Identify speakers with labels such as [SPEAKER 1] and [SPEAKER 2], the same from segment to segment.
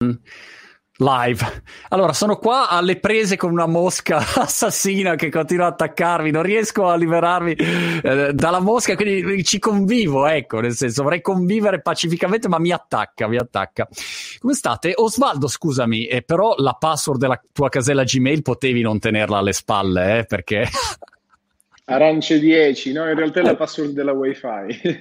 [SPEAKER 1] Live. Allora, sono qua alle prese con una mosca assassina che continua ad attaccarmi, non riesco a liberarmi dalla mosca, quindi ci convivo, ecco, nel senso, vorrei convivere pacificamente, ma mi attacca. Come state? Osvaldo, scusami, però la password della tua casella Gmail potevi non tenerla alle spalle, perché...
[SPEAKER 2] Arance 10, no? In realtà è la password della Wi-Fi.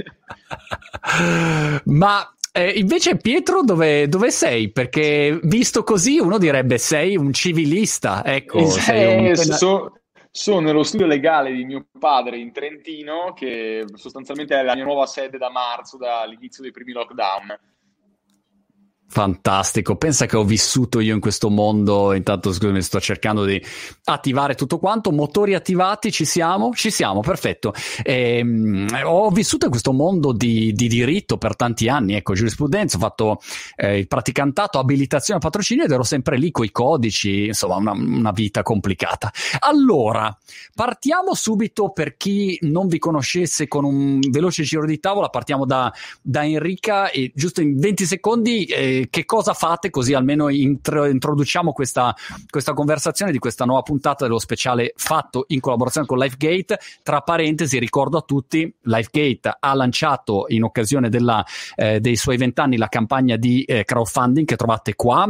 [SPEAKER 1] Ma... invece Pietro dove sei? Perché visto così uno direbbe sei un civilista, ecco.
[SPEAKER 2] Sono nello studio legale di mio padre in Trentino, che sostanzialmente è la mia nuova sede da marzo, dall'inizio dei primi lockdown.
[SPEAKER 1] Fantastico, pensa che ho vissuto io in questo mondo. Intanto scusami, sto cercando di attivare tutto quanto. Motori attivati, ci siamo, perfetto. Ho vissuto in questo mondo di diritto per tanti anni, ecco, giurisprudenza, ho fatto il praticantato, abilitazione a patrocinio ed ero sempre lì coi codici, insomma una vita complicata. Allora, partiamo subito, per chi non vi conoscesse, con un veloce giro di tavola. Partiamo da Enrica e giusto in 20 secondi che cosa fate, così almeno introduciamo questa conversazione di questa nuova puntata dello speciale fatto in collaborazione con LifeGate. Tra parentesi, ricordo a tutti, LifeGate ha lanciato in occasione dei suoi 20 anni la campagna di crowdfunding che trovate qua,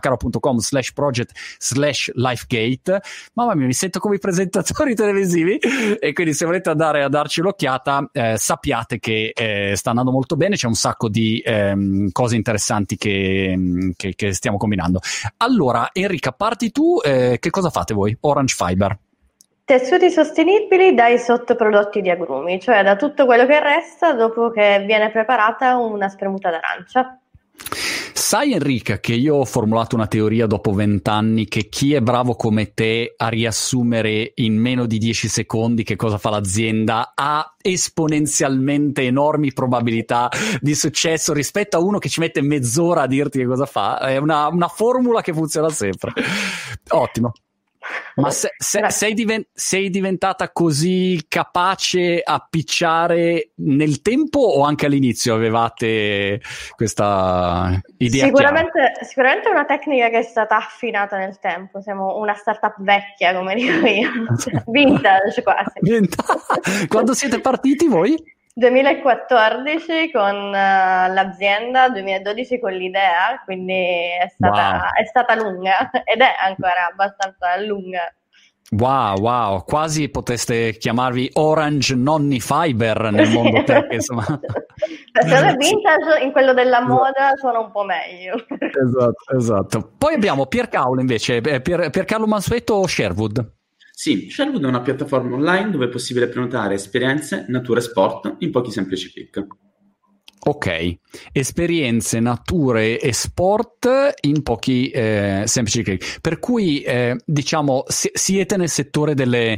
[SPEAKER 1] mammacaro.com/project/LifeGate. Mamma mia, mi sento come i presentatori televisivi, e quindi se volete andare a darci un'occhiata, sappiate che sta andando molto bene, c'è un sacco di cose interessanti che stiamo combinando. Allora, Enrica, parti tu. Che cosa fate voi? Orange Fiber.
[SPEAKER 3] Tessuti sostenibili dai sottoprodotti di agrumi, cioè da tutto quello che resta dopo che viene preparata una spremuta d'arancia.
[SPEAKER 1] Sai, Enrica, che io ho formulato una teoria dopo 20 anni che chi è bravo come te a riassumere in meno di 10 secondi che cosa fa l'azienda ha esponenzialmente enormi probabilità di successo rispetto a uno che ci mette mezz'ora a dirti che cosa fa. È una formula che funziona sempre. Ottimo. Ma sei diventata così capace a pitchare nel tempo, o anche all'inizio avevate questa idea?
[SPEAKER 3] Sicuramente è una tecnica che è stata affinata nel tempo. Siamo una startup vecchia, come dico io, vintage quasi.
[SPEAKER 1] Quando siete partiti voi?
[SPEAKER 3] 2014 con l'azienda, 2012 con l'idea, quindi è stata lunga ed è ancora abbastanza lunga.
[SPEAKER 1] Wow, quasi poteste chiamarvi Orange Nonni Fiber nel mondo tech, insomma.
[SPEAKER 3] Persone vintage in quello della moda suona un po' meglio.
[SPEAKER 1] Esatto. Poi abbiamo Piercarlo invece, Piercarlo Mansueto, Sherwood.
[SPEAKER 4] Sì, Sherwood è una piattaforma online dove è possibile prenotare esperienze, natura e sport in pochi semplici click.
[SPEAKER 1] Ok, esperienze, nature e sport in pochi semplici click. Per cui diciamo siete nel settore delle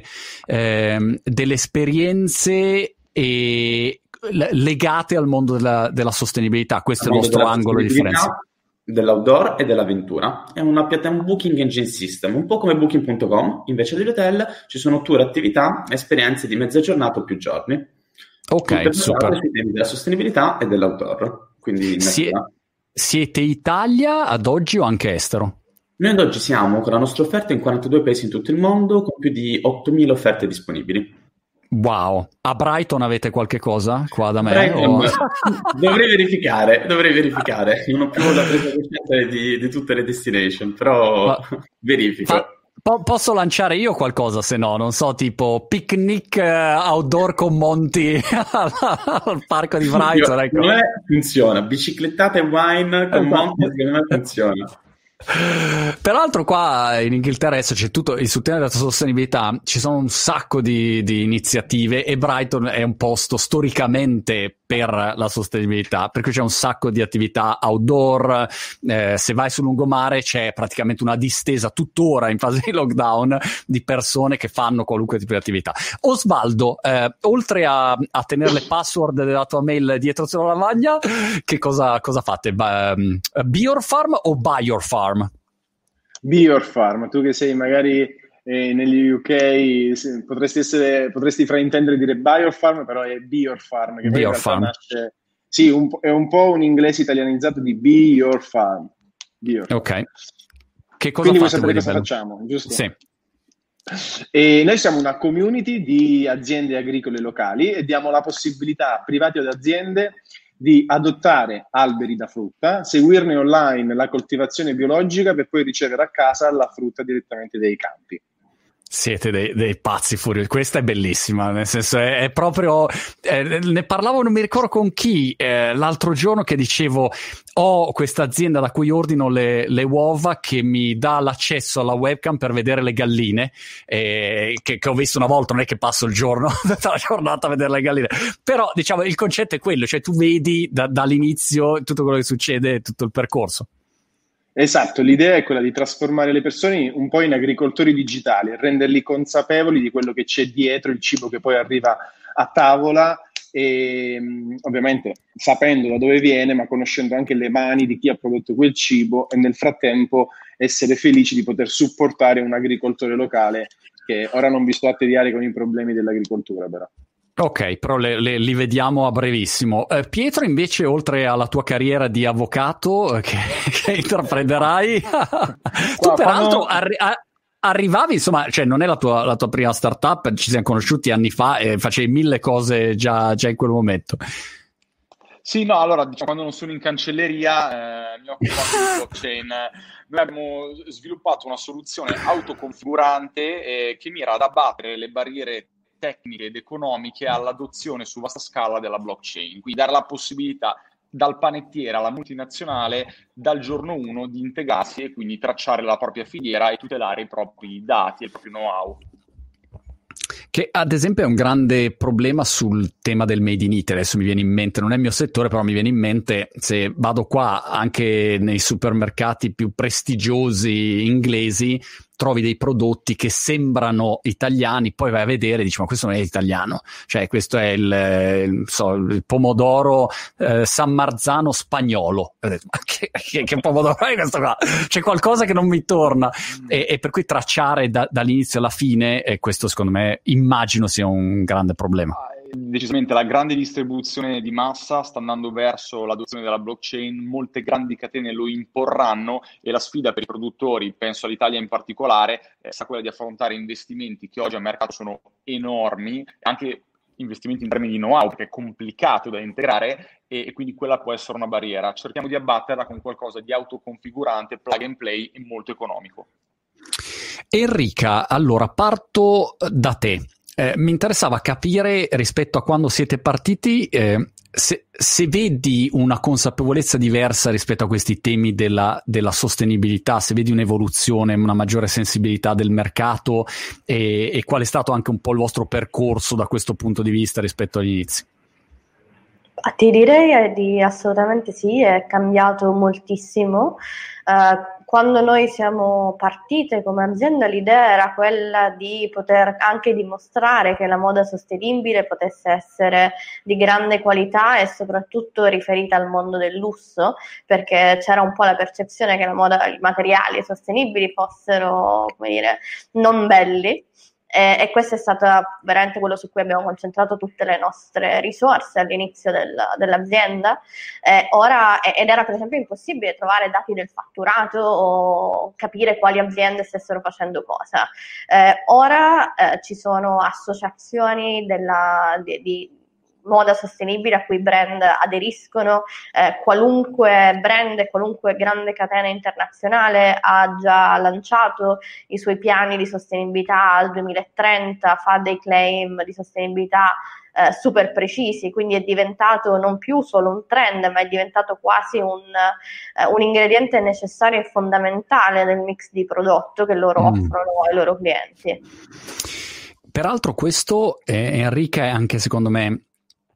[SPEAKER 1] esperienze legate al mondo della sostenibilità. Questo è il nostro angolo di differenza.
[SPEAKER 4] Dell'outdoor e dell'avventura. È un booking engine system, un po' come booking.com. Invece degli hotel ci sono tour, attività, esperienze di mezza giornata o più giorni.
[SPEAKER 1] Ok, super.
[SPEAKER 4] Sui temi della sostenibilità e dell'outdoor. Quindi
[SPEAKER 1] siete Italia ad oggi o anche estero?
[SPEAKER 4] Noi ad oggi siamo con la nostra offerta in 42 paesi in tutto il mondo, con più di 8.000 offerte disponibili.
[SPEAKER 1] Wow, a Brighton avete qualche cosa qua da me?
[SPEAKER 4] Dovrei verificare. Non ho più la presa coscienza di tutte le destination, però verifico.
[SPEAKER 1] Posso lanciare io qualcosa, se no, non so, tipo picnic outdoor con monti al parco di Brighton. Ecco.
[SPEAKER 4] Secondo me funziona, biciclettate e wine con monti, secondo me funziona.
[SPEAKER 1] Peraltro qua in Inghilterra adesso c'è tutto sul tema della sostenibilità, ci sono un sacco di iniziative, e Brighton è un posto storicamente per la sostenibilità, per cui c'è un sacco di attività outdoor. Se vai sul lungomare c'è praticamente una distesa tuttora in fase di lockdown di persone che fanno qualunque tipo di attività. Osvaldo, oltre a tenere le password della tua mail dietro sulla lavagna, che cosa fate? Be Your Farm o Buy Your Farm?
[SPEAKER 2] Be Your Farm, tu che sei magari negli UK potresti fraintendere dire Buy Your Farm, però è Be Your Farm, che
[SPEAKER 1] Be Your Farm.
[SPEAKER 2] Nasce, sì, è un po' un inglese italianizzato di Be Your Farm. Bior.
[SPEAKER 1] Ok. Che cosa
[SPEAKER 2] Quindi vuoi
[SPEAKER 1] fate
[SPEAKER 2] sapere
[SPEAKER 1] voi di
[SPEAKER 2] cosa
[SPEAKER 1] bello?
[SPEAKER 2] facciamo, giusto?
[SPEAKER 1] Sì.
[SPEAKER 2] E noi siamo una community di aziende agricole locali e diamo la possibilità a privati o ad aziende di adottare alberi da frutta, seguirne online la coltivazione biologica per poi ricevere a casa la frutta direttamente dai campi.
[SPEAKER 1] Siete dei pazzi furiosi, questa è bellissima, nel senso è proprio, ne parlavo, non mi ricordo con chi, l'altro giorno, che dicevo ho questa azienda da cui ordino le uova che mi dà l'accesso alla webcam per vedere le galline, che ho visto una volta, non è che passo il giorno, tutta la giornata a vedere le galline, però diciamo il concetto è quello, cioè tu vedi dall'inizio tutto quello che succede, tutto il percorso.
[SPEAKER 2] Esatto, l'idea è quella di trasformare le persone un po' in agricoltori digitali e renderli consapevoli di quello che c'è dietro il cibo che poi arriva a tavola e ovviamente sapendo da dove viene, ma conoscendo anche le mani di chi ha prodotto quel cibo e nel frattempo essere felici di poter supportare un agricoltore locale che ora non vi sto a tediare con i problemi dell'agricoltura però.
[SPEAKER 1] Ok, però li vediamo a brevissimo. Pietro, invece, oltre alla tua carriera di avvocato che intraprenderai, tu peraltro arrivavi, insomma, cioè non è la tua prima startup, ci siamo conosciuti anni fa e facevi 1000 cose già in quel momento.
[SPEAKER 5] Sì, no, allora, diciamo, quando non sono in cancelleria mi occupo anche di blockchain. Noi abbiamo sviluppato una soluzione autoconfigurante che mira ad abbattere le barriere tecniche ed economiche all'adozione su vasta scala della blockchain, quindi dare la possibilità dal panettiere alla multinazionale dal giorno 1 di integrarsi e quindi tracciare la propria filiera e tutelare i propri dati e il proprio know-how.
[SPEAKER 1] Che ad esempio è un grande problema sul tema del made in Italy. Adesso mi viene in mente, non è il mio settore, però mi viene in mente, se vado qua anche nei supermercati più prestigiosi inglesi, trovi dei prodotti che sembrano italiani, poi vai a vedere e dici ma questo non è italiano, cioè questo è il pomodoro San Marzano spagnolo, ma che pomodoro è questo qua? C'è qualcosa che non mi torna e per cui tracciare dall'inizio alla fine, questo secondo me immagino sia un grande problema.
[SPEAKER 5] Decisamente la grande distribuzione di massa sta andando verso l'adozione della blockchain, molte grandi catene lo imporranno e la sfida per i produttori, penso all'Italia in particolare, sarà quella di affrontare investimenti che oggi al mercato sono enormi, anche investimenti in termini di know-how, perché è complicato da integrare e quindi quella può essere una barriera. Cerchiamo di abbatterla con qualcosa di autoconfigurante, plug and play e molto economico.
[SPEAKER 1] Enrica, allora parto da te. Mi interessava capire, rispetto a quando siete partiti, se vedi una consapevolezza diversa rispetto a questi temi della sostenibilità, se vedi un'evoluzione, una maggiore sensibilità del mercato e qual è stato anche un po' il vostro percorso da questo punto di vista rispetto agli inizi.
[SPEAKER 3] Ti direi di assolutamente sì, è cambiato moltissimo. Quando noi siamo partite come azienda, l'idea era quella di poter anche dimostrare che la moda sostenibile potesse essere di grande qualità e soprattutto riferita al mondo del lusso, perché c'era un po' la percezione che i materiali sostenibili fossero, come dire, non belli. E questo è stato veramente quello su cui abbiamo concentrato tutte le nostre risorse all'inizio dell'azienda. Ed era per esempio impossibile trovare dati del fatturato o capire quali aziende stessero facendo cosa. Ora ci sono associazioni di moda sostenibile a cui i brand aderiscono, qualunque brand e qualunque grande catena internazionale ha già lanciato i suoi piani di sostenibilità al 2030, fa dei claim di sostenibilità super precisi, quindi è diventato non più solo un trend, ma è diventato quasi un ingrediente necessario e fondamentale del mix di prodotto che loro offrono ai loro clienti.
[SPEAKER 1] Peraltro questo, Enrica, è anche secondo me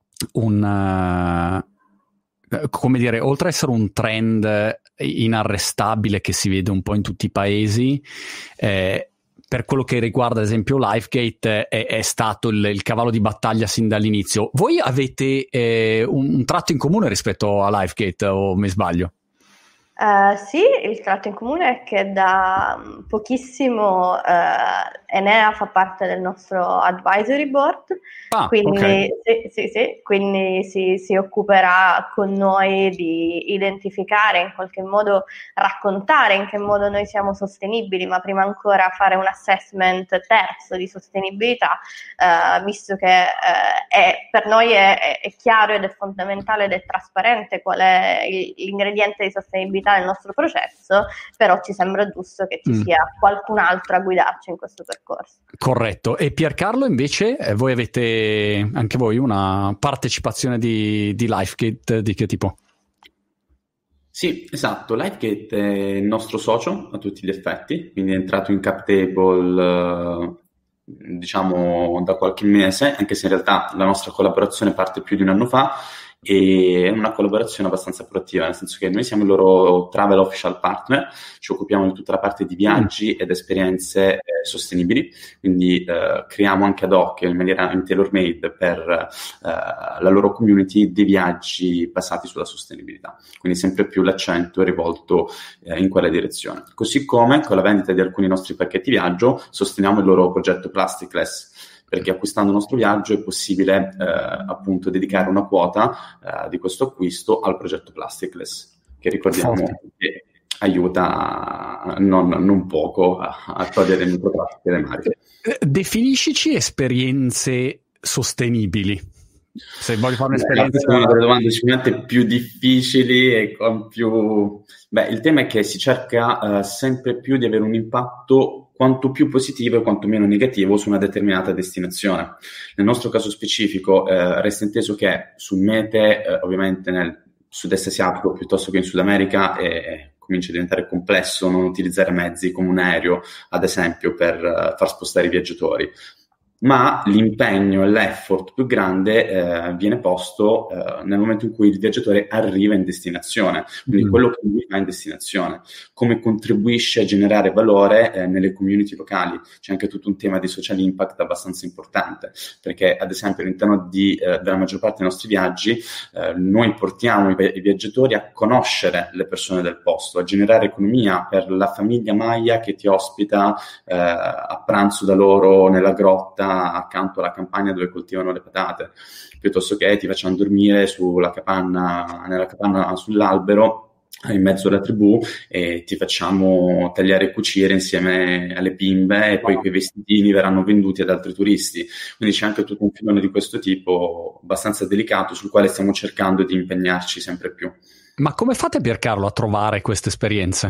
[SPEAKER 1] come dire, oltre ad essere un trend inarrestabile che si vede un po' in tutti i paesi, per quello che riguarda ad esempio Lifegate è stato il cavallo di battaglia sin dall'inizio. Voi avete un tratto in comune rispetto a Lifegate o mi sbaglio?
[SPEAKER 3] Sì, il tratto in comune è che da pochissimo Enea fa parte del nostro advisory board, quindi, sì, quindi si occuperà con noi di identificare, in qualche modo raccontare in che modo noi siamo sostenibili, ma prima ancora fare un assessment terzo di sostenibilità, visto che per noi è chiaro ed è fondamentale ed è trasparente qual è l'ingrediente di sostenibilità nel nostro processo, però ci sembra giusto che ci sia qualcun altro a guidarci in questo percorso.
[SPEAKER 1] Corretto. E Piercarlo invece, voi avete anche voi una partecipazione di LifeGate di che tipo?
[SPEAKER 4] Sì, esatto, LifeGate è il nostro socio a tutti gli effetti, quindi è entrato in cap table diciamo da qualche mese, anche se in realtà la nostra collaborazione parte più di un anno fa, e è una collaborazione abbastanza proattiva, nel senso che noi siamo il loro travel official partner, ci occupiamo di tutta la parte di viaggi ed esperienze sostenibili, quindi creiamo anche ad hoc in maniera tailor made per la loro community dei viaggi basati sulla sostenibilità, quindi sempre più l'accento è rivolto in quella direzione. Così come con la vendita di alcuni nostri pacchetti viaggio sosteniamo il loro progetto Plasticless, perché acquistando il nostro viaggio è possibile appunto dedicare una quota di questo acquisto al progetto Plasticless, che ricordiamo che aiuta non poco a togliere il microplastico dai mari.
[SPEAKER 1] Definiscici esperienze sostenibili. Se voglio fare un'esperienza...
[SPEAKER 4] Questa è una delle domande sicuramente più difficili e con più... il tema è che si cerca sempre più di avere un impatto quanto più positivo e quanto meno negativo su una determinata destinazione. Nel nostro caso specifico resta inteso che su mete, ovviamente nel sud-est asiatico piuttosto che in Sud America, comincia a diventare complesso non utilizzare mezzi come un aereo, ad esempio, per far spostare i viaggiatori. Ma l'impegno e l'effort più grande viene posto nel momento in cui il viaggiatore arriva in destinazione, quindi quello che lui fa in destinazione, come contribuisce a generare valore nelle community locali. C'è anche tutto un tema di social impact abbastanza importante, perché ad esempio all'interno della maggior parte dei nostri viaggi noi portiamo i viaggiatori a conoscere le persone del posto, a generare economia per la famiglia Maya che ti ospita a pranzo da loro nella grotta accanto alla campagna dove coltivano le patate, piuttosto che ti facciano dormire nella capanna sull'albero in mezzo alla tribù e ti facciamo tagliare e cucire insieme alle bimbe e poi quei vestitini verranno venduti ad altri turisti. Quindi c'è anche tutto un filone di questo tipo abbastanza delicato sul quale stiamo cercando di impegnarci sempre più.
[SPEAKER 1] Ma come fate, Piercarlo, a trovare queste esperienze?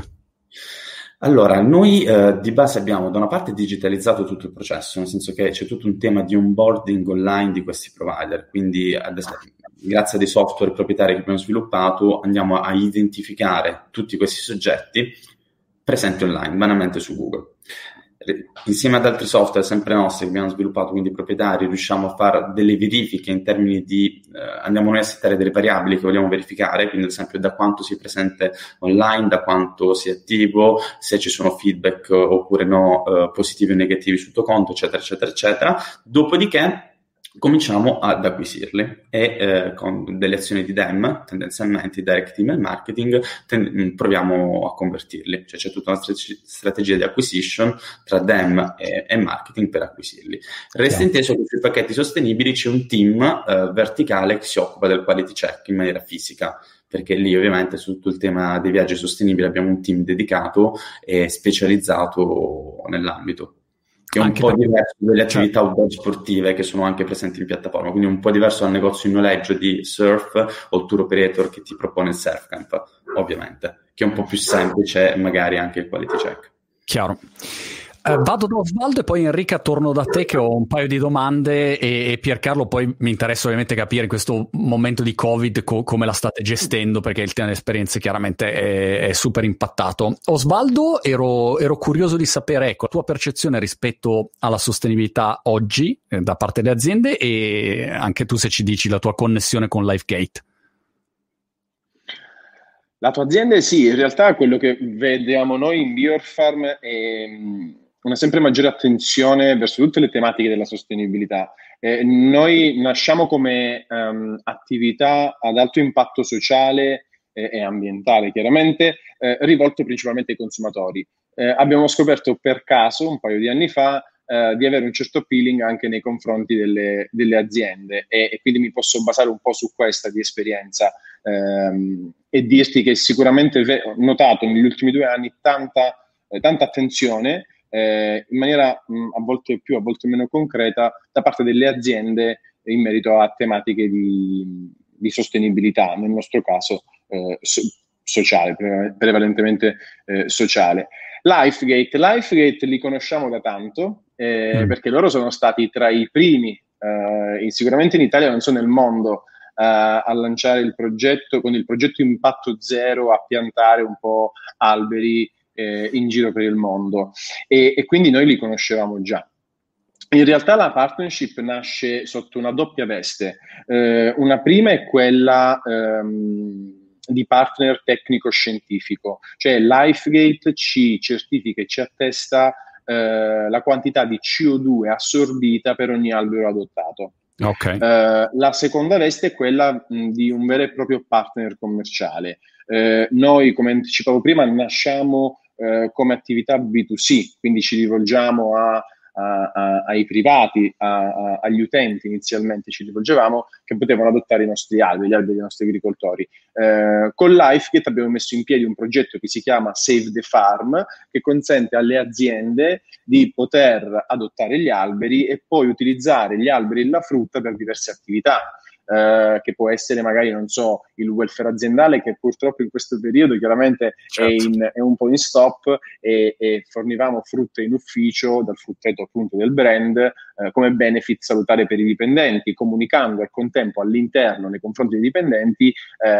[SPEAKER 4] Allora, noi di base abbiamo da una parte digitalizzato tutto il processo, nel senso che c'è tutto un tema di onboarding online di questi provider, quindi grazie a dei software proprietari che abbiamo sviluppato andiamo a identificare tutti questi soggetti presenti online, banalmente su Google. Insieme ad altri software sempre nostri che abbiamo sviluppato, quindi proprietari, riusciamo a fare delle verifiche in termini di andiamo noi a settare delle variabili che vogliamo verificare, quindi ad esempio da quanto si è presente online, da quanto si è attivo, se ci sono feedback oppure no, positivi o negativi sul tuo conto, eccetera eccetera eccetera. Dopodiché cominciamo ad acquisirli e con delle azioni di DEM, tendenzialmente direct email marketing, proviamo a convertirli. Cioè c'è tutta una strategia di acquisition tra DEM e marketing per acquisirli. Resta inteso che sui pacchetti sostenibili c'è un team verticale che si occupa del quality check in maniera fisica, perché lì ovviamente su tutto il tema dei viaggi sostenibili abbiamo un team dedicato e specializzato nell'ambito, che è un po' diverso dalle attività outdoor sportive che sono anche presenti in piattaforma, quindi un po' diverso dal negozio in noleggio di surf o il tour operator che ti propone il surf camp, ovviamente, che è un po' più semplice magari anche il quality check.
[SPEAKER 1] Chiaro. Vado da Osvaldo e poi Enrica torno da te che ho un paio di domande e Piercarlo poi mi interessa ovviamente capire in questo momento di Covid come la state gestendo, perché il tema dell'esperienza chiaramente è super impattato. Osvaldo, ero curioso di sapere la tua percezione rispetto alla sostenibilità oggi da parte delle aziende e anche tu se ci dici la tua connessione con LifeGate.
[SPEAKER 2] La tua azienda sì, in realtà quello che vediamo noi in Biorfarm è una sempre maggiore attenzione verso tutte le tematiche della sostenibilità. Noi nasciamo come attività ad alto impatto sociale e ambientale, chiaramente, rivolto principalmente ai consumatori. Abbiamo scoperto per caso, un paio di anni fa, di avere un certo appealing anche nei confronti delle aziende e quindi mi posso basare un po' su questa di esperienza e dirti che sicuramente ho notato negli ultimi 2 anni tanta attenzione in maniera a volte più, a volte meno concreta da parte delle aziende in merito a tematiche di sostenibilità, nel nostro caso sociale, prevalentemente sociale. Lifegate li conosciamo da tanto perché loro sono stati tra i primi, sicuramente in Italia, non so nel mondo, a lanciare il progetto con il progetto Impatto Zero, a piantare un po' alberi in giro per il mondo e quindi noi li conoscevamo già. In realtà la partnership nasce sotto una doppia veste. Una prima è quella di partner tecnico-scientifico, cioè Lifegate ci certifica e ci attesta la quantità di CO2 assorbita per ogni albero adottato.
[SPEAKER 1] Okay.
[SPEAKER 2] La seconda veste è quella di un vero e proprio partner commerciale. Noi, come anticipavo prima, nasciamo come attività B2C, quindi ci rivolgiamo ai privati, agli utenti inizialmente ci rivolgevamo, che potevano adottare i nostri alberi, gli alberi dei nostri agricoltori. Con Lifegate abbiamo messo in piedi un progetto che si chiama Save the Farm, che consente alle aziende di poter adottare gli alberi e poi utilizzare gli alberi e la frutta per diverse attività. Che può essere magari, non so, il welfare aziendale, che purtroppo in questo periodo chiaramente è un po' in stop e fornivamo frutta in ufficio dal frutteto appunto del brand come benefit salutare per i dipendenti, comunicando al contempo all'interno nei confronti dei dipendenti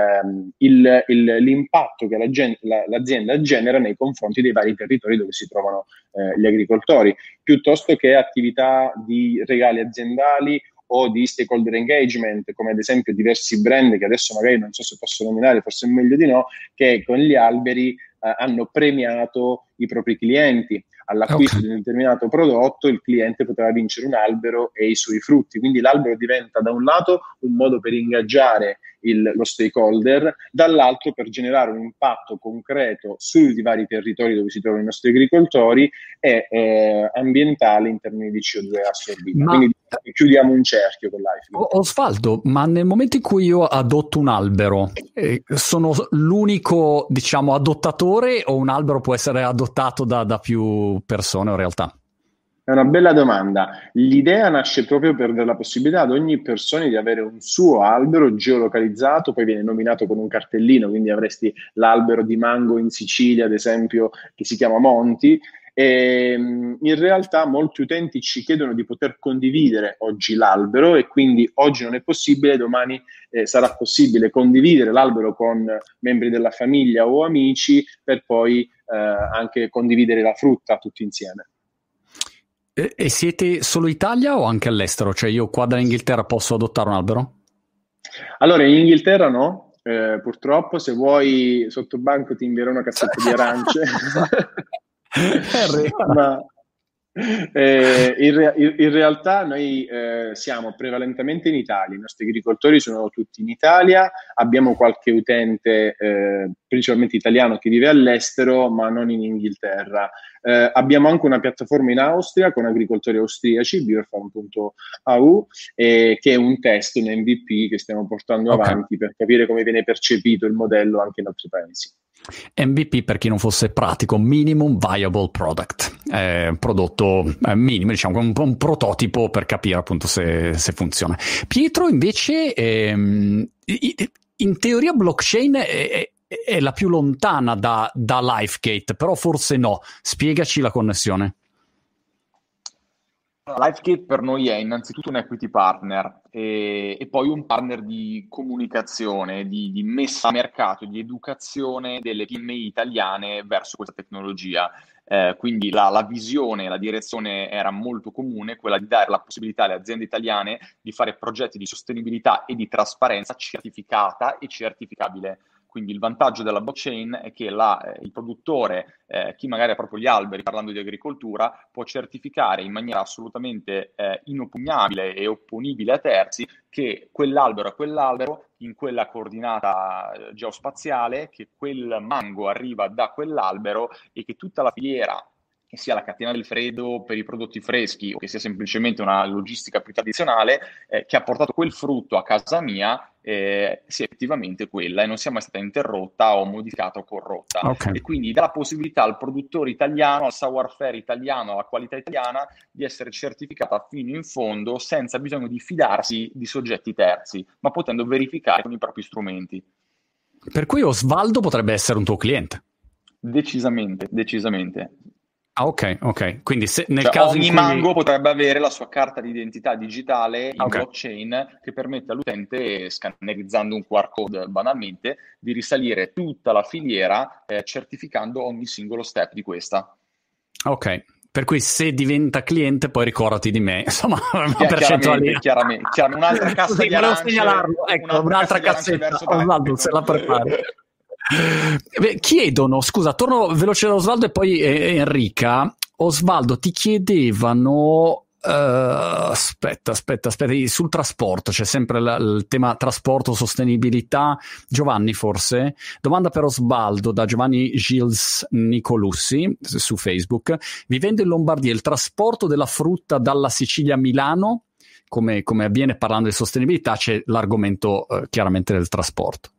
[SPEAKER 2] l'impatto che l'azienda genera nei confronti dei vari territori dove si trovano gli agricoltori, piuttosto che attività di regali aziendali o di stakeholder engagement, come ad esempio diversi brand che adesso magari non so se posso nominare, forse è meglio di no, che con gli alberi hanno premiato i propri clienti. All'acquisto di un determinato prodotto il cliente poteva vincere un albero e i suoi frutti, quindi l'albero diventa da un lato un modo per ingaggiare lo stakeholder, dall'altro per generare un impatto concreto sui vari territori dove si trovano i nostri agricoltori e ambientale in termini di CO2 assorbito. Quindi chiudiamo un cerchio con Life.
[SPEAKER 1] Osvaldo, ma nel momento in cui io adotto un albero, sono l'unico, diciamo, adottatore o un albero può essere adottato da più persone in realtà?
[SPEAKER 2] È una bella domanda. L'idea nasce proprio per dare la possibilità ad ogni persona di avere un suo albero geolocalizzato, poi viene nominato con un cartellino, quindi avresti l'albero di mango in Sicilia, ad esempio, che si chiama Monti. E in realtà molti utenti ci chiedono di poter condividere oggi l'albero e quindi oggi non è possibile, domani sarà possibile condividere l'albero con membri della famiglia o amici per poi anche condividere la frutta tutti insieme.
[SPEAKER 1] E siete solo Italia o anche all'estero? Cioè io qua dall'Inghilterra posso adottare un albero?
[SPEAKER 2] Allora, in Inghilterra no, purtroppo. Se vuoi sotto banco ti invierò una cassetta di arance. Ma in realtà noi siamo prevalentemente in Italia, i nostri agricoltori sono tutti in Italia, abbiamo qualche utente principalmente italiano che vive all'estero ma non in Inghilterra. Abbiamo anche una piattaforma in Austria con agricoltori austriaci, biofarm.au, che è un test, un MVP che stiamo portando avanti per capire come viene percepito il modello anche in altri paesi.
[SPEAKER 1] MVP, per chi non fosse pratico, Minimum Viable Product, prodotto minimo, diciamo, un prototipo per capire appunto se funziona. Pietro invece, in teoria blockchain è la più lontana da Lifegate, però forse no. Spiegaci la connessione.
[SPEAKER 5] Lifegate per noi è innanzitutto un equity partner e poi un partner di comunicazione, di messa a mercato, di educazione delle PMI italiane verso questa tecnologia. Quindi la visione, la direzione era molto comune, quella di dare la possibilità alle aziende italiane di fare progetti di sostenibilità e di trasparenza certificata e certificabile. Quindi il vantaggio della blockchain è che il produttore, chi magari ha proprio gli alberi, parlando di agricoltura, può certificare in maniera assolutamente inoppugnabile e opponibile a terzi che quell'albero è quell'albero in quella coordinata geospaziale, che quel mango arriva da quell'albero e che tutta la filiera, che sia la catena del freddo per i prodotti freschi o che sia semplicemente una logistica più tradizionale, che ha portato quel frutto a casa mia, sia effettivamente quella e non sia mai stata interrotta o modificata o corrotta.
[SPEAKER 1] Okay.
[SPEAKER 5] E quindi dà la possibilità al produttore italiano, al savoir-faire italiano, alla qualità italiana di essere certificata fino in fondo senza bisogno di fidarsi di soggetti terzi, ma potendo verificare con i propri strumenti.
[SPEAKER 1] Per cui Osvaldo potrebbe essere un tuo cliente.
[SPEAKER 5] Decisamente.
[SPEAKER 1] Ah, ok. Quindi nel
[SPEAKER 5] Cioè,
[SPEAKER 1] caso
[SPEAKER 5] ogni
[SPEAKER 1] in cui...
[SPEAKER 5] mango potrebbe avere la sua carta di identità digitale in
[SPEAKER 1] Ok.
[SPEAKER 5] blockchain che permette all'utente, scannerizzando un QR code banalmente, di risalire tutta la filiera certificando ogni singolo step di questa.
[SPEAKER 1] Ok, per cui se diventa cliente poi ricordati di me, insomma, una percentuale.
[SPEAKER 5] Chiaramente. Un'altra cassa
[SPEAKER 1] Così,
[SPEAKER 5] di
[SPEAKER 1] volevo
[SPEAKER 5] arance,
[SPEAKER 1] segnalarlo, ecco, un'altra cassetta, Osvaldo se la prepari. Chiedono, scusa, torno veloce da Osvaldo e poi Enrica. Osvaldo, ti chiedevano aspetta, sul trasporto c'è sempre il tema trasporto, sostenibilità. Giovanni, forse? Domanda per Osvaldo da Giovanni Gilles Nicolussi su Facebook. Vivendo in Lombardia, il trasporto della frutta dalla Sicilia a Milano, come avviene parlando di sostenibilità, c'è l'argomento chiaramente del trasporto.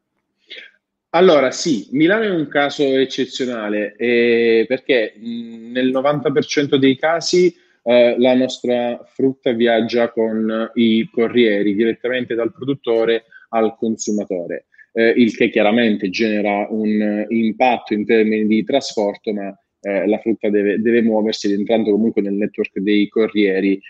[SPEAKER 2] Allora, sì, Milano è un caso eccezionale perché nel 90% dei casi la nostra frutta viaggia con i corrieri direttamente dal produttore al consumatore, il che chiaramente genera un impatto in termini di trasporto, ma la frutta deve muoversi ed entrando comunque nel network dei corrieri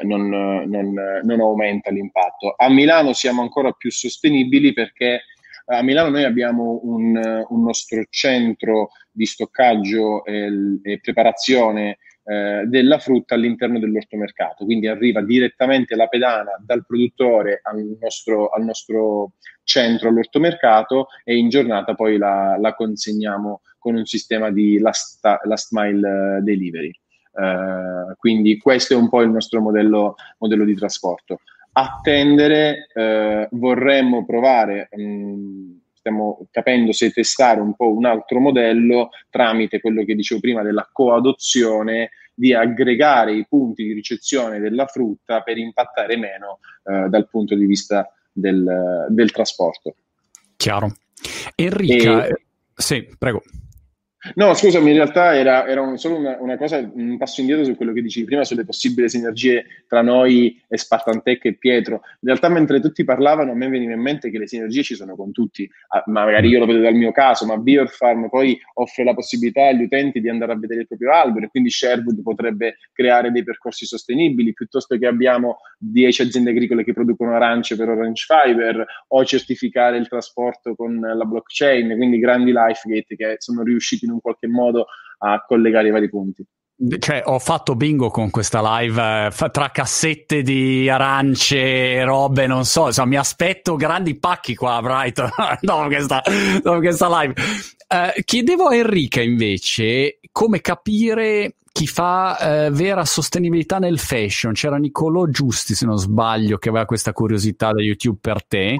[SPEAKER 2] non aumenta l'impatto. A Milano siamo ancora più sostenibili perché a Milano noi abbiamo un nostro centro di stoccaggio e preparazione della frutta all'interno dell'ortomercato, quindi arriva direttamente la pedana dal produttore al nostro centro all'ortomercato e in giornata poi la consegniamo con un sistema di last mile delivery. Quindi questo è un po' il nostro modello di trasporto. Attendere, vorremmo provare, stiamo capendo se testare un po' un altro modello tramite quello che dicevo prima della coadozione, di aggregare i punti di ricezione della frutta per impattare meno dal punto di vista del trasporto.
[SPEAKER 1] Chiaro. Enrica, sì, prego.
[SPEAKER 2] No, scusami, in realtà era solo una cosa, un passo indietro su quello che dicevi prima sulle possibili sinergie tra noi e Spartantech e Pietro. In realtà mentre tutti parlavano a me veniva in mente che le sinergie ci sono con tutti, magari io lo vedo dal mio caso, ma BioFarm poi offre la possibilità agli utenti di andare a vedere il proprio albero e quindi Sherwood potrebbe creare dei percorsi sostenibili, piuttosto che abbiamo 10 aziende agricole che producono arance per Orange Fiber o certificare il trasporto con la blockchain, quindi grandi LifeGate che sono riusciti in qualche modo a collegare i vari punti.
[SPEAKER 1] Cioè, ho fatto bingo con questa live tra cassette di arance, robe, non so, insomma, mi aspetto grandi pacchi qua a Brighton dopo questa live. Chiedevo a Enrica invece come capire chi fa vera sostenibilità nel fashion. C'era Nicolò Giusti, se non sbaglio, che aveva questa curiosità da YouTube per te.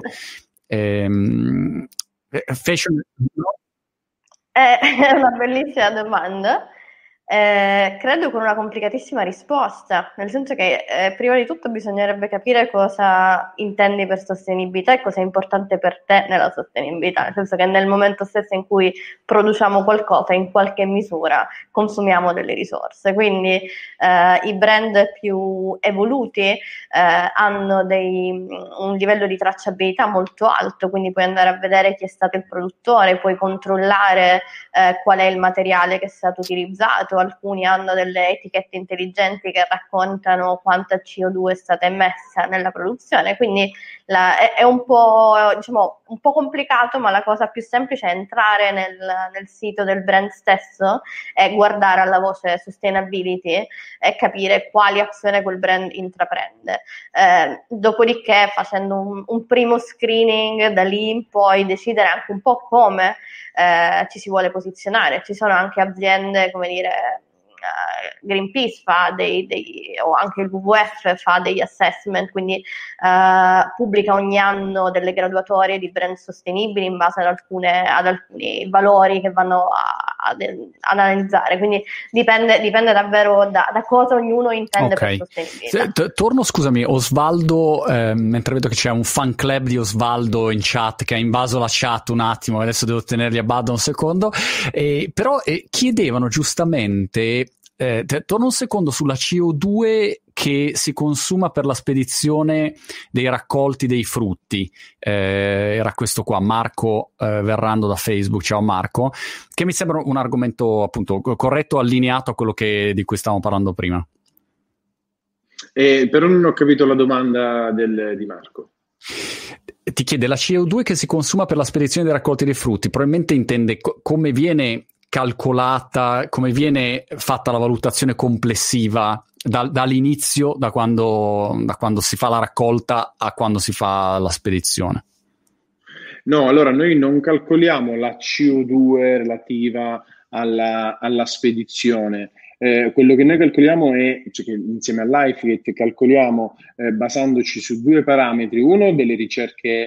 [SPEAKER 1] Fashion...
[SPEAKER 3] È una bellissima domanda. Credo con una complicatissima risposta, nel senso che prima di tutto bisognerebbe capire cosa intendi per sostenibilità e cosa è importante per te nella sostenibilità, nel senso che nel momento stesso in cui produciamo qualcosa, in qualche misura consumiamo delle risorse, quindi i brand più evoluti hanno un livello di tracciabilità molto alto, quindi puoi andare a vedere chi è stato il produttore, puoi controllare qual è il materiale che è stato utilizzato. Alcuni hanno delle etichette intelligenti che raccontano quanta CO2 è stata emessa nella produzione, quindi è un po', diciamo, un po' complicato, ma la cosa più semplice è entrare nel sito del brand stesso e guardare alla voce sustainability e capire quali azioni quel brand intraprende. Dopodiché, facendo un primo screening, da lì in poi decidere anche un po' come ci si vuole posizionare. Ci sono anche aziende, come dire, Greenpeace fa o anche il WWF fa degli assessment, quindi pubblica ogni anno delle graduatorie di brand sostenibili in base ad alcuni valori che vanno ad analizzare, quindi dipende davvero da cosa ognuno intende per sostenibilità.
[SPEAKER 1] Torno, scusami, Osvaldo, mentre vedo che c'è un fan club di Osvaldo in chat che ha invaso la chat un attimo, adesso devo tenerli a bada un secondo, però chiedevano giustamente, torno un secondo sulla CO2 che si consuma per la spedizione dei raccolti dei frutti. Era questo qua, Marco Verrando da Facebook. Ciao Marco, che mi sembra un argomento appunto corretto, allineato a quello di cui stavamo parlando prima.
[SPEAKER 2] Però non ho capito la domanda di Marco.
[SPEAKER 1] Ti chiede la CO2 che si consuma per la spedizione dei raccolti dei frutti, probabilmente intende come viene calcolata, come viene fatta la valutazione complessiva dall'inizio, da quando si fa la raccolta a quando si fa la spedizione.
[SPEAKER 2] No, allora noi non calcoliamo la CO2 relativa alla spedizione. Quello che noi calcoliamo è, cioè, che insieme a LifeGate calcoliamo basandoci su due parametri. Uno, delle ricerche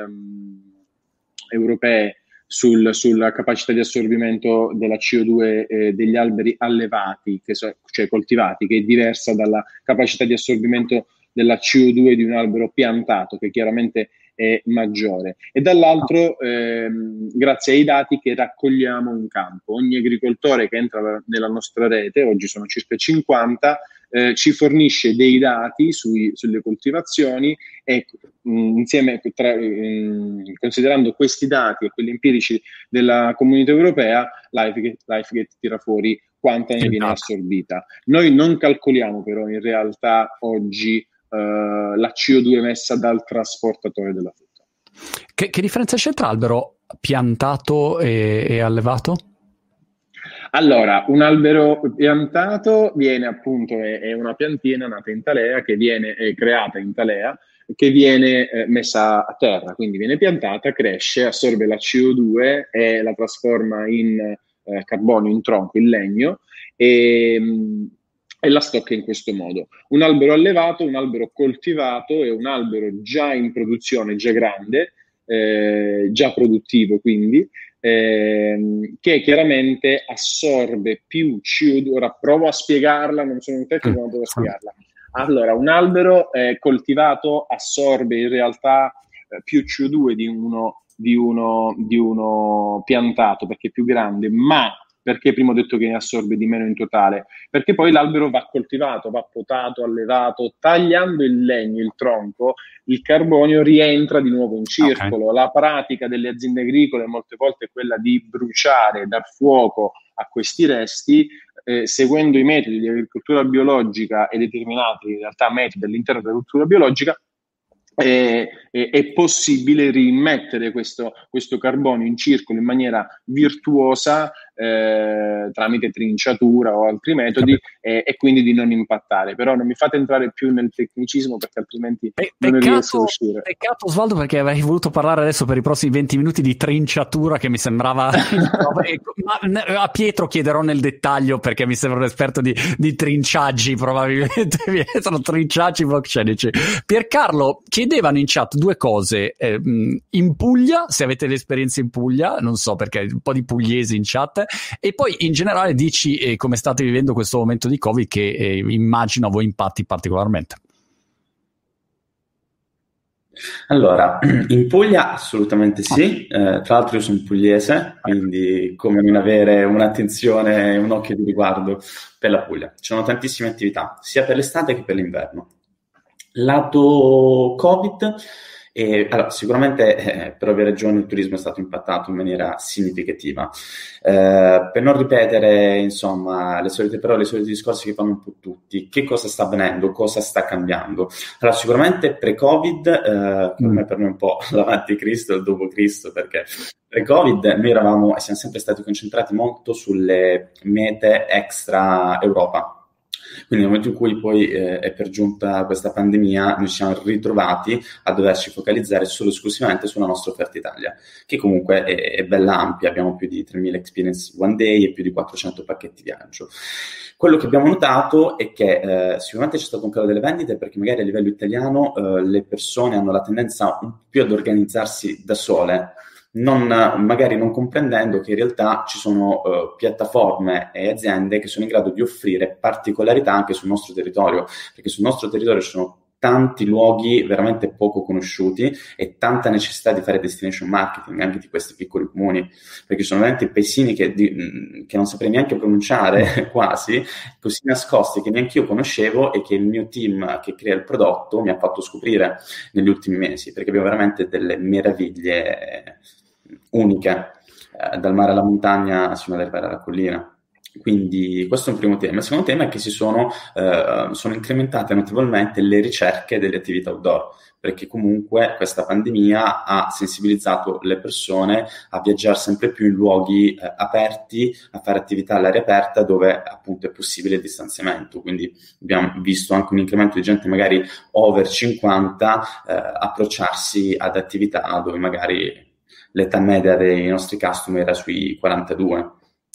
[SPEAKER 2] europee sulla capacità di assorbimento della CO2 degli alberi allevati, cioè coltivati, che è diversa dalla capacità di assorbimento della CO2 di un albero piantato, che chiaramente è maggiore. E dall'altro, grazie ai dati che raccogliamo in campo. Ogni agricoltore che entra nella nostra rete, oggi sono circa 50, ci fornisce dei dati sulle coltivazioni e insieme, considerando questi dati e quelli empirici della Comunità Europea, LifeGate tira fuori quanta ne viene assorbita. Noi non calcoliamo però in realtà oggi la CO2 emessa dal trasportatore della frutta.
[SPEAKER 1] Che differenza c'è tra albero piantato e allevato?
[SPEAKER 2] Allora, un albero piantato viene appunto, è una piantina nata in talea, che viene creata in talea, che viene messa a terra, quindi viene piantata, cresce, assorbe la CO2 e la trasforma in carbonio, in tronco, in legno, e la stocca in questo modo. Un albero allevato, un albero coltivato è un albero già in produzione, già grande, già produttivo quindi, che chiaramente assorbe più CO2. Ora provo a spiegarla, non sono un tecnico, ma provo a spiegarla. Allora, un albero coltivato assorbe in realtà più CO2 di uno piantato, perché è più grande, ma perché prima ho detto che ne assorbe di meno in totale? Perché poi l'albero va coltivato, va potato, allevato, tagliando il legno, il tronco, il carbonio rientra di nuovo in circolo. Okay. La pratica delle aziende agricole molte volte è quella di bruciare, dar fuoco a questi resti, seguendo i metodi di agricoltura biologica e determinati in realtà metodi all'interno dell'agricoltura biologica. È possibile rimettere questo carbonio in circolo in maniera virtuosa tramite trinciatura o altri metodi, e quindi di non impattare. Però non mi fate entrare più nel tecnicismo, perché altrimenti non riesco a uscire.
[SPEAKER 1] Peccato, Osvaldo, perché avrei voluto parlare adesso per i prossimi 20 minuti di trinciatura, che mi sembrava ma a Pietro chiederò nel dettaglio, perché mi sembra un esperto di trinciaggi, probabilmente sono trinciaggi blockchainici. Piercarlo, chiedevano in chat due cose, in Puglia, se avete l'esperienza in Puglia, non so perché un po' di pugliesi in chat, e poi in generale dici come state vivendo questo momento di Covid, che immagino a voi impatti particolarmente.
[SPEAKER 4] Allora, in Puglia assolutamente sì, tra l'altro io sono pugliese, quindi come non avere un'attenzione, un occhio di riguardo per la Puglia. Ci sono tantissime attività, sia per l'estate che per l'inverno. Lato Covid, Allora, sicuramente per ovvie ragioni il turismo è stato impattato in maniera significativa. Per non ripetere, insomma, le soliti discorsi che fanno un po' tutti, che cosa sta avvenendo, cosa sta cambiando? Allora, sicuramente pre-Covid, che ormai per noi è un po' l'avanti Cristo e il dopo Cristo, perché pre-Covid noi eravamo e siamo sempre stati concentrati molto sulle mete extra Europa. Quindi nel momento in cui poi è per giunta questa pandemia, noi ci siamo ritrovati a doverci focalizzare solo e esclusivamente sulla nostra offerta Italia, che comunque è bella ampia, abbiamo più di 3.000 experience one day e più di 400 pacchetti viaggio. Quello che abbiamo notato è che sicuramente c'è stato un calo delle vendite, perché magari a livello italiano le persone hanno la tendenza un po' più ad organizzarsi da sole, magari non comprendendo che in realtà ci sono piattaforme e aziende che sono in grado di offrire particolarità anche sul nostro territorio, perché sul nostro territorio ci sono tanti luoghi veramente poco conosciuti e tanta necessità di fare destination marketing anche di questi piccoli comuni, perché sono veramente paesini che non saprei neanche pronunciare quasi, così nascosti che neanche io conoscevo e che il mio team che crea il prodotto mi ha fatto scoprire negli ultimi mesi, perché abbiamo veramente delle meraviglie uniche, dal mare alla montagna fino ad arrivare alla collina. Quindi questo è un primo tema. Il secondo tema è che sono incrementate notevolmente le ricerche delle attività outdoor, perché comunque questa pandemia ha sensibilizzato le persone a viaggiare sempre più in luoghi aperti, a fare attività all'aria aperta dove appunto è possibile il distanziamento. Quindi abbiamo visto anche un incremento di gente magari over 50 approcciarsi ad attività dove magari l'età media dei nostri customer era sui 42.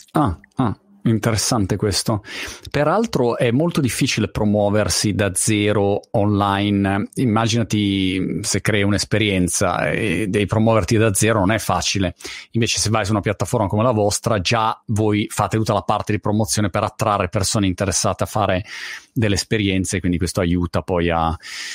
[SPEAKER 1] Interessante questo. Peraltro è molto difficile promuoversi da zero online. Immaginati se crei un'esperienza e devi promuoverti da zero, non è facile. Invece se vai su una piattaforma come la vostra, già voi fate tutta la parte di promozione per attrarre persone interessate a fare delle esperienze, quindi questo aiuta poi a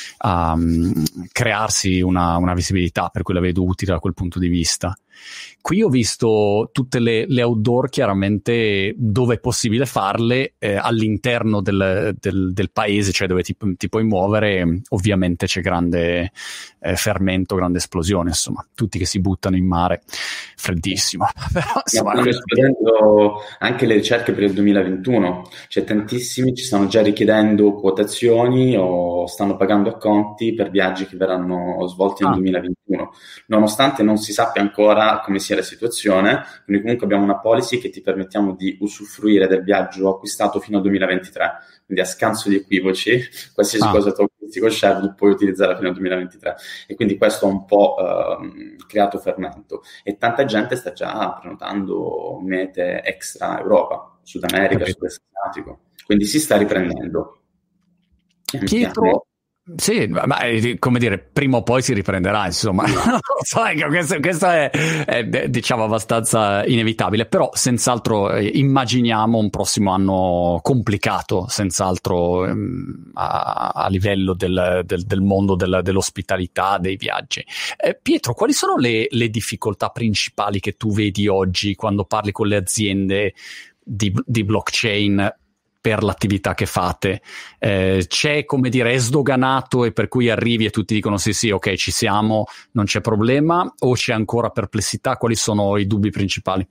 [SPEAKER 1] crearsi una visibilità, per cui la vedo utile da quel punto di vista. Qui ho visto tutte le outdoor, chiaramente dove è possibile farle, all'interno del paese, cioè dove ti puoi muovere. Ovviamente c'è grande fermento, grande esplosione, insomma, tutti che si buttano in mare, freddissimo. Però, insomma,
[SPEAKER 4] vedendo anche le ricerche per il 2021, cioè tantissimi ci stanno già richiedendo quotazioni o stanno pagando acconti per viaggi che verranno svolti nel 2021, nonostante non si sappia ancora come sia la situazione. Quindi comunque abbiamo una policy che ti permettiamo di usufruire del viaggio acquistato fino al 2023, quindi a scanso di equivoci qualsiasi cosa tu acquisti con Sherwood puoi utilizzarla fino al 2023, e quindi questo ha un po' creato fermento e tanta gente sta già prenotando mete extra Europa, Sud America, Sud-Est asiatico, quindi si sta riprendendo.
[SPEAKER 1] Pietro, sì, ma come dire, prima o poi si riprenderà, insomma. Questo è diciamo abbastanza inevitabile, però senz'altro immaginiamo un prossimo anno complicato, senz'altro a livello del mondo dell'ospitalità, dei viaggi. Pietro, quali sono le difficoltà principali che tu vedi oggi quando parli con le aziende di blockchain per l'attività che fate? C'è, come dire, è sdoganato e per cui arrivi e tutti dicono sì, ok, ci siamo, non c'è problema, o c'è ancora perplessità? Quali sono i dubbi principali?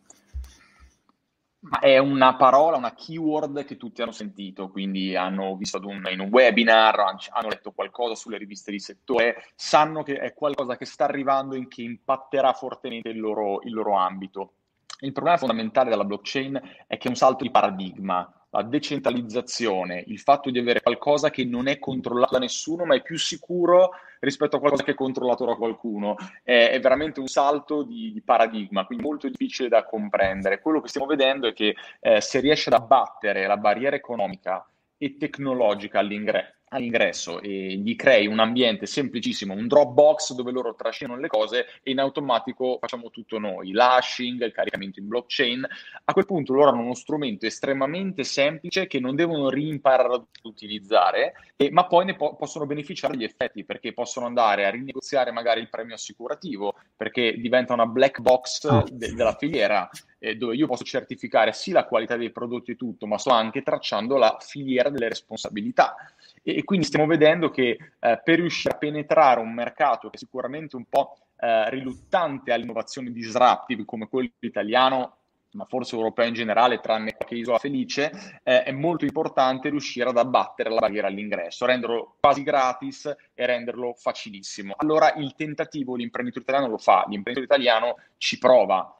[SPEAKER 5] Ma è una parola, una keyword che tutti hanno sentito, quindi hanno visto in un webinar, hanno letto qualcosa sulle riviste di settore, sanno che è qualcosa che sta arrivando e che impatterà fortemente il loro ambito. Il problema fondamentale della blockchain è che è un salto di paradigma. La decentralizzazione, il fatto di avere qualcosa che non è controllato da nessuno, ma è più sicuro rispetto a qualcosa che è controllato da qualcuno. È veramente un salto di paradigma, quindi molto difficile da comprendere. Quello che stiamo vedendo è che se riesce ad abbattere la barriera economica e tecnologica all'ingresso e gli crei un ambiente semplicissimo, un Dropbox dove loro trascinano le cose e in automatico facciamo tutto noi, l'hashing, il caricamento in blockchain. A quel punto loro hanno uno strumento estremamente semplice che non devono rimparare ad utilizzare, ma poi ne possono beneficiare gli effetti, perché possono andare a rinegoziare magari il premio assicurativo, perché diventa una black box della filiera. dove io posso certificare sì la qualità dei prodotti e tutto, ma sto anche tracciando la filiera delle responsabilità. E quindi stiamo vedendo che per riuscire a penetrare un mercato che è sicuramente un po' riluttante all'innovazione disruptive come quello italiano, ma forse europeo in generale, tranne qualche isola felice, è molto importante riuscire ad abbattere la barriera all'ingresso, renderlo quasi gratis e renderlo facilissimo. Allora il tentativo l'imprenditore italiano lo fa, l'imprenditore italiano ci prova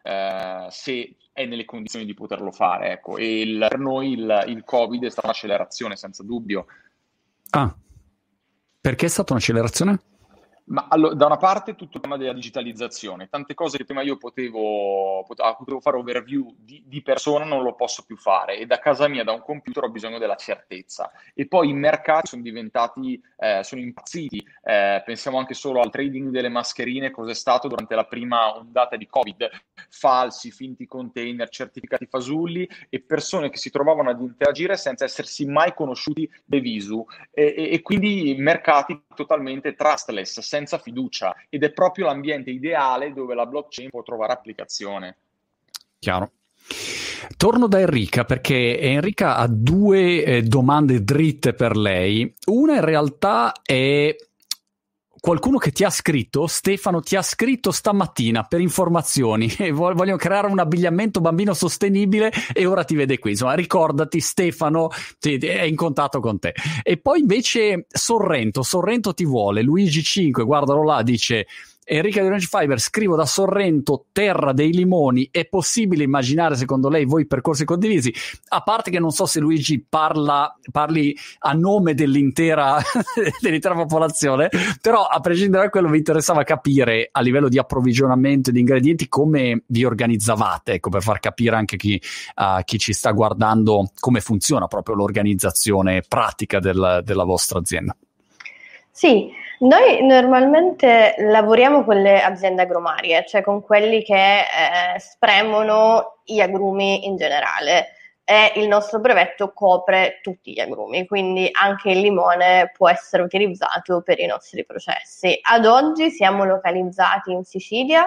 [SPEAKER 5] se è nelle condizioni di poterlo fare. Ecco. E per noi il Covid è stata un'accelerazione, senza dubbio.
[SPEAKER 1] Ah, perché è stata un'accelerazione?
[SPEAKER 5] Ma da una parte tutto il tema della digitalizzazione, tante cose che prima io potevo fare overview di persona non lo posso più fare, e da casa mia, da un computer, ho bisogno della certezza. E poi i mercati sono diventati, sono impazziti, pensiamo anche solo al trading delle mascherine, cos'è stato durante la prima ondata di Covid, falsi, finti container, certificati fasulli e persone che si trovavano ad interagire senza essersi mai conosciuti de visu, e quindi mercati totalmente trustless, senza fiducia, ed è proprio l'ambiente ideale dove la blockchain può trovare applicazione.
[SPEAKER 1] Chiaro. Torno da Enrica, perché Enrica ha due domande dritte per lei. Una in realtà è qualcuno che ti ha scritto, Stefano ti ha scritto stamattina per informazioni e vogliono creare un abbigliamento bambino sostenibile e ora ti vede qui. Insomma, ricordati, Stefano è in contatto con te. E poi invece Sorrento ti vuole, Luigi 5, guardalo là, dice: Enrica di Orange Fiber, scrivo da Sorrento, terra dei limoni, è possibile immaginare secondo lei voi percorsi condivisi? A parte che non so se Luigi parli a nome dell'intera popolazione, però a prescindere da quello mi interessava capire a livello di approvvigionamento di ingredienti come vi organizzavate, ecco, per far capire anche chi ci sta guardando come funziona proprio l'organizzazione pratica della vostra azienda.
[SPEAKER 3] Sì, noi normalmente lavoriamo con le aziende agromarie, cioè con quelli che spremono gli agrumi in generale, e il nostro brevetto copre tutti gli agrumi, quindi anche il limone può essere utilizzato per i nostri processi. Ad oggi siamo localizzati in Sicilia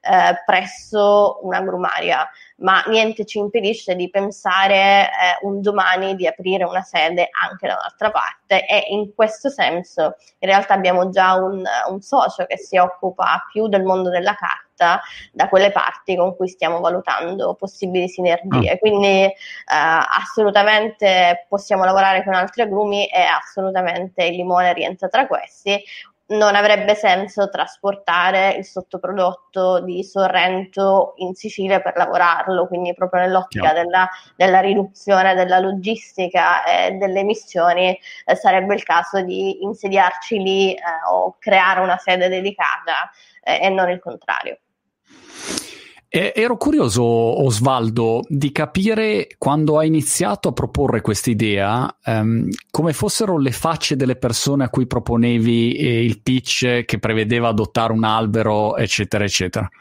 [SPEAKER 3] presso un'agrumaria, ma niente ci impedisce di pensare un domani di aprire una sede anche da un'altra parte, e in questo senso in realtà abbiamo già un socio che si occupa più del mondo della carta da quelle parti, con cui stiamo valutando possibili sinergie. Quindi assolutamente possiamo lavorare con altri agrumi e assolutamente il limone rientra tra questi. Non avrebbe senso trasportare il sottoprodotto di Sorrento in Sicilia per lavorarlo, quindi proprio nell'ottica della riduzione della logistica e delle emissioni sarebbe il caso di insediarci lì o creare una sede dedicata e non il contrario.
[SPEAKER 1] Ero curioso, Osvaldo, di capire, quando hai iniziato a proporre quest'idea, come fossero le facce delle persone a cui proponevi il pitch che prevedeva adottare un albero, eccetera, eccetera.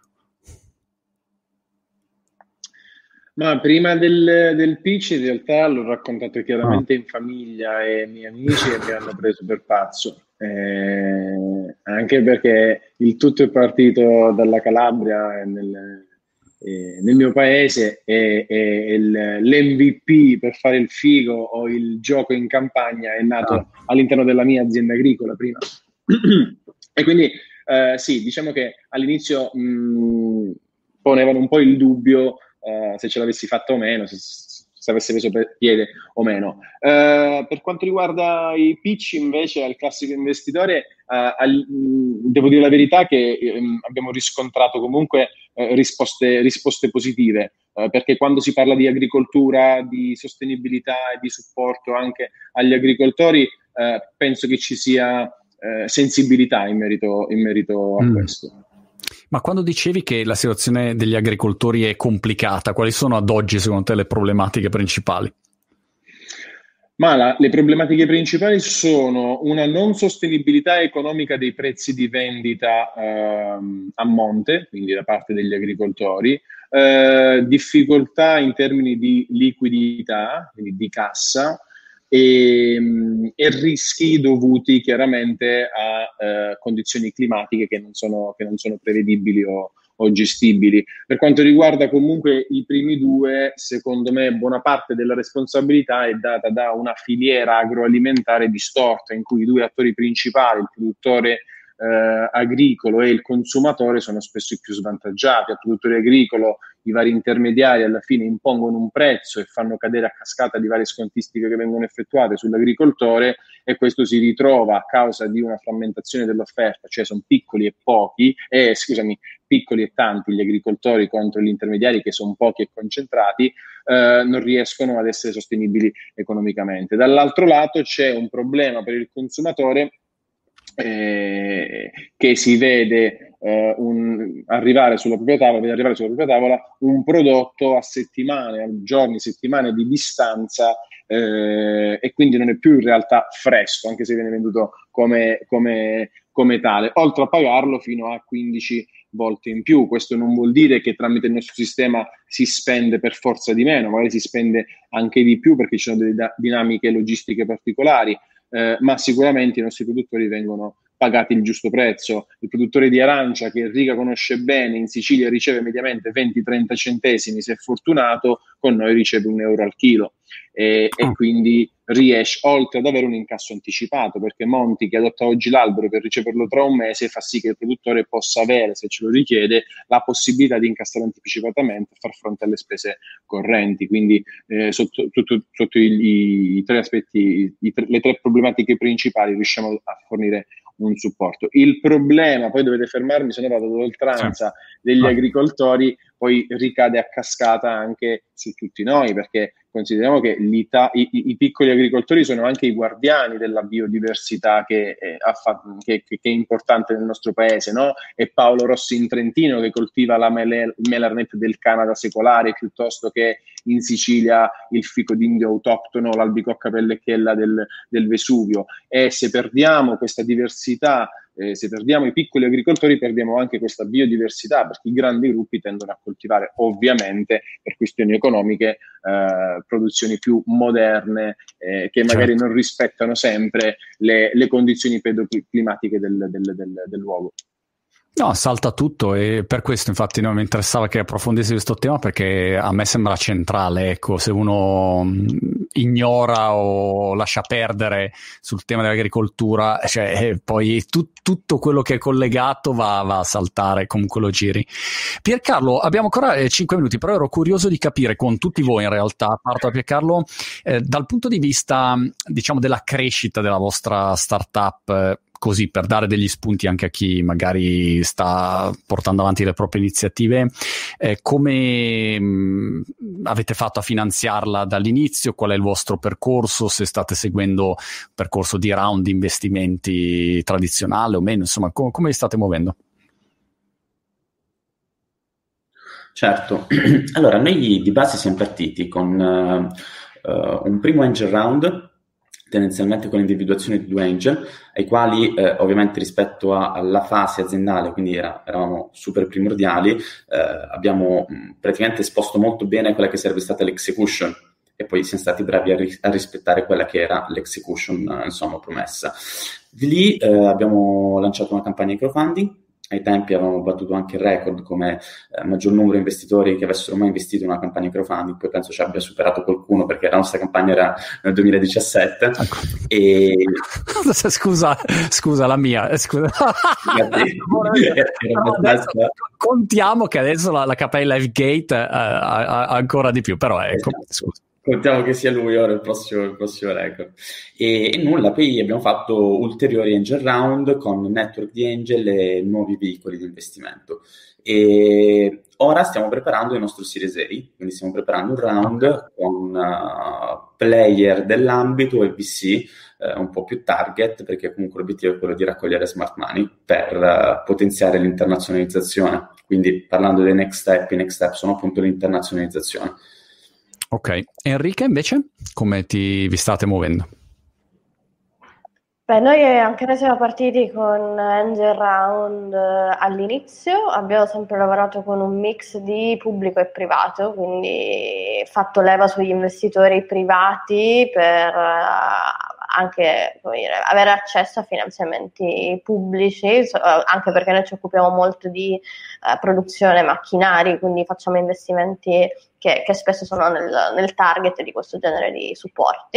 [SPEAKER 2] Ma prima del pitch in realtà l'ho raccontato chiaramente in famiglia e ai miei amici, e mi hanno preso per pazzo. Anche perché il tutto è partito dalla Calabria, nel mio paese, e l'MVP per fare il figo o il gioco in campagna è nato all'interno della mia azienda agricola prima. E quindi sì, diciamo che all'inizio ponevano un po' il dubbio se ce l'avessi fatta o meno, se avesse preso per piede o meno. Per quanto riguarda i pitch invece al classico investitore, devo dire la verità che abbiamo riscontrato comunque risposte positive, perché quando si parla di agricoltura, di sostenibilità e di supporto anche agli agricoltori, penso che ci sia sensibilità in merito a questo.
[SPEAKER 1] Ma quando dicevi che la situazione degli agricoltori è complicata, quali sono ad oggi secondo te le problematiche principali?
[SPEAKER 2] Ma le problematiche principali sono una non sostenibilità economica dei prezzi di vendita a monte, quindi da parte degli agricoltori, difficoltà in termini di liquidità, quindi di cassa, e rischi dovuti chiaramente a condizioni climatiche che non sono prevedibili o o gestibili. Per quanto riguarda comunque i primi due, secondo me buona parte della responsabilità è data da una filiera agroalimentare distorta, in cui i due attori principali, il produttore agricolo e il consumatore, sono spesso i più svantaggiati. Al produttore agricolo i vari intermediari alla fine impongono un prezzo e fanno cadere a cascata di varie scontistiche che vengono effettuate sull'agricoltore, e questo si ritrova a causa di una frammentazione dell'offerta, cioè sono piccoli e tanti gli agricoltori contro gli intermediari che sono pochi e concentrati, non riescono ad essere sostenibili economicamente. Dall'altro lato c'è un problema per il consumatore che si vede arrivare sulla propria tavola un prodotto a settimane, a giorni, settimane di distanza, e quindi non è più in realtà fresco, anche se viene venduto come tale, oltre a pagarlo fino a 15 volte in più. Questo non vuol dire che tramite il nostro sistema si spende per forza di meno, magari si spende anche di più perché ci sono delle dinamiche logistiche particolari, ma sicuramente i nostri produttori vengono pagati il giusto prezzo. Il produttore di arancia, che Enrica conosce bene, in Sicilia riceve mediamente 20-30 centesimi, se è fortunato, con noi riceve €1 al chilo, e quindi riesce, oltre ad avere un incasso anticipato, perché Monti, che adotta oggi l'albero per riceverlo tra un mese, fa sì che il produttore possa avere, se ce lo richiede, la possibilità di incassare anticipatamente e far fronte alle spese correnti. Quindi sotto i tre aspetti, le tre problematiche principali, riusciamo a fornire un supporto. Il problema, poi dovete fermarmi, se no vado d'oltranza, degli agricoltori poi ricade a cascata anche su tutti noi, perché consideriamo che i piccoli agricoltori sono anche i guardiani della biodiversità che è importante nel nostro paese, no? È Paolo Rossi in Trentino che coltiva la melarnette del Canada secolare, piuttosto che in Sicilia il fico d'indio autoctono, l'albicocca pellecchiella del Vesuvio. E se perdiamo questa diversità, se perdiamo i piccoli agricoltori, perdiamo anche questa biodiversità, perché i grandi gruppi tendono a coltivare, ovviamente per questioni economiche, produzioni più moderne, che magari non rispettano sempre le condizioni pedoclimatiche del luogo.
[SPEAKER 1] No, salta tutto, e per questo infatti mi interessava che approfondissi questo tema, perché a me sembra centrale. Ecco, se uno ignora o lascia perdere sul tema dell'agricoltura, cioè poi tutto quello che è collegato va a saltare, comunque lo giri. Piercarlo, abbiamo ancora 5 minuti, però ero curioso di capire con tutti voi, in realtà, parto da Piercarlo, dal punto di vista, diciamo, della crescita della vostra startup, così per dare degli spunti anche a chi magari sta portando avanti le proprie iniziative, come avete fatto a finanziarla dall'inizio? Qual è il vostro percorso? Se state seguendo un percorso di round di investimenti tradizionale o meno, insomma, come vi state muovendo?
[SPEAKER 4] Certo, allora noi di base siamo partiti con un primo angel round, tendenzialmente con l'individuazione di 2 angel, ai quali ovviamente rispetto alla fase aziendale, quindi eravamo super primordiali, abbiamo praticamente esposto molto bene quella che sarebbe stata l'execution, e poi siamo stati bravi a rispettare quella che era l'execution, insomma, promessa. Di lì abbiamo lanciato una campagna di crowdfunding. Ai tempi avevamo battuto anche il record come maggior numero di investitori che avessero mai investito in una campagna di crowdfunding, poi penso ci abbia superato qualcuno, perché la nostra campagna era nel 2017. E...
[SPEAKER 1] scusa, la mia. Scusa. Contiamo che adesso la cappella Livegate ha ancora di più, però ecco, scusa.
[SPEAKER 4] Contiamo che sia lui ora il prossimo record. E nulla, poi abbiamo fatto ulteriori angel round con network di angel e nuovi veicoli di investimento. E ora stiamo preparando il nostro Series A, quindi stiamo preparando un round con player dell'ambito e VC un po' più target, perché comunque l'obiettivo è quello di raccogliere smart money per potenziare l'internazionalizzazione. Quindi parlando dei next step, i next step sono appunto l'internazionalizzazione.
[SPEAKER 1] Ok, Enrica invece come vi state muovendo?
[SPEAKER 3] Beh, noi anche noi siamo partiti con Angel Round all'inizio, abbiamo sempre lavorato con un mix di pubblico e privato, quindi fatto leva sugli investitori privati per anche, come dire, avere accesso a finanziamenti pubblici, anche perché noi ci occupiamo molto di produzione macchinari, quindi facciamo investimenti che spesso sono nel target di questo genere di supporti.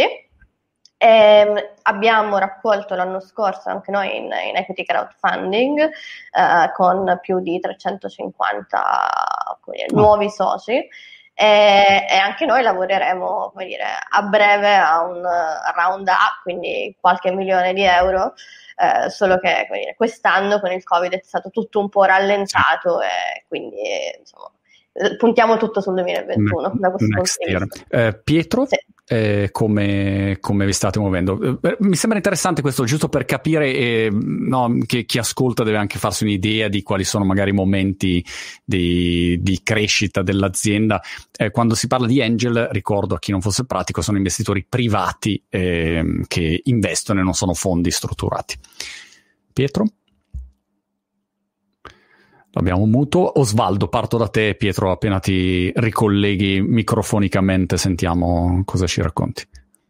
[SPEAKER 3] Abbiamo raccolto l'anno scorso anche noi in equity crowdfunding con più di 350 nuovi soci. E anche noi lavoreremo, come dire, a breve a un round up, quindi qualche milione di euro, solo che, come dire, quest'anno con il Covid è stato tutto un po' rallentato e quindi insomma puntiamo tutto sul 2021 da questo punto di vista.
[SPEAKER 1] Pietro?
[SPEAKER 3] Sì.
[SPEAKER 1] Come vi state muovendo? Mi sembra interessante questo, giusto per capire che chi ascolta deve anche farsi un'idea di quali sono magari i momenti di crescita dell'azienda. Quando si parla di angel, ricordo a chi non fosse pratico, sono investitori privati che investono e non sono fondi strutturati. Pietro? Abbiamo muto. Osvaldo, parto da te. Pietro, appena ti ricolleghi microfonicamente sentiamo cosa ci racconti.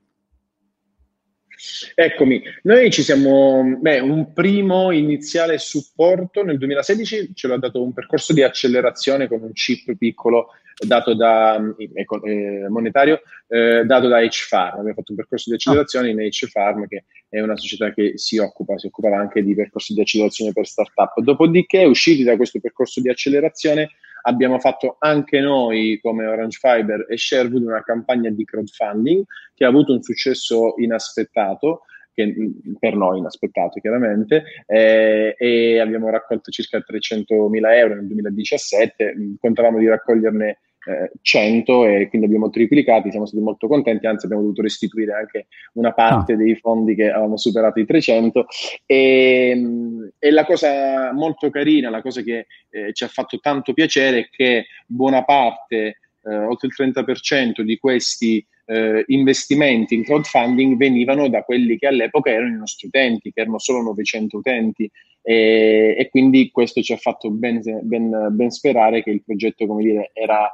[SPEAKER 2] Eccomi, noi ci siamo, un primo iniziale supporto nel 2016 ce l'ha dato un percorso di accelerazione con un chip piccolo dato monetario, dato da H-Farm. Abbiamo fatto un percorso di accelerazione in H-Farm, che è una società che si occupava anche di percorsi di accelerazione per startup. Dopodiché, usciti da questo percorso di accelerazione, abbiamo fatto anche noi, come Orange Fiber e Sherwood, una campagna di crowdfunding che ha avuto un successo inaspettato, per noi inaspettato chiaramente, e abbiamo raccolto circa 300.000 euro nel 2017, contavamo di raccoglierne 100 e quindi abbiamo triplicato, siamo stati molto contenti, anzi abbiamo dovuto restituire anche una parte dei fondi che avevamo superato i 300 e la cosa molto carina, la cosa che ci ha fatto tanto piacere è che buona parte, oltre il 30% di questi investimenti in crowdfunding venivano da quelli che all'epoca erano i nostri utenti, che erano solo 900 utenti e quindi questo ci ha fatto ben sperare che il progetto, come dire,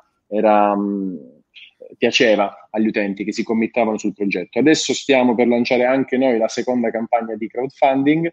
[SPEAKER 2] piaceva agli utenti che si committavano sul progetto. Adesso stiamo per lanciare anche noi la seconda campagna di crowdfunding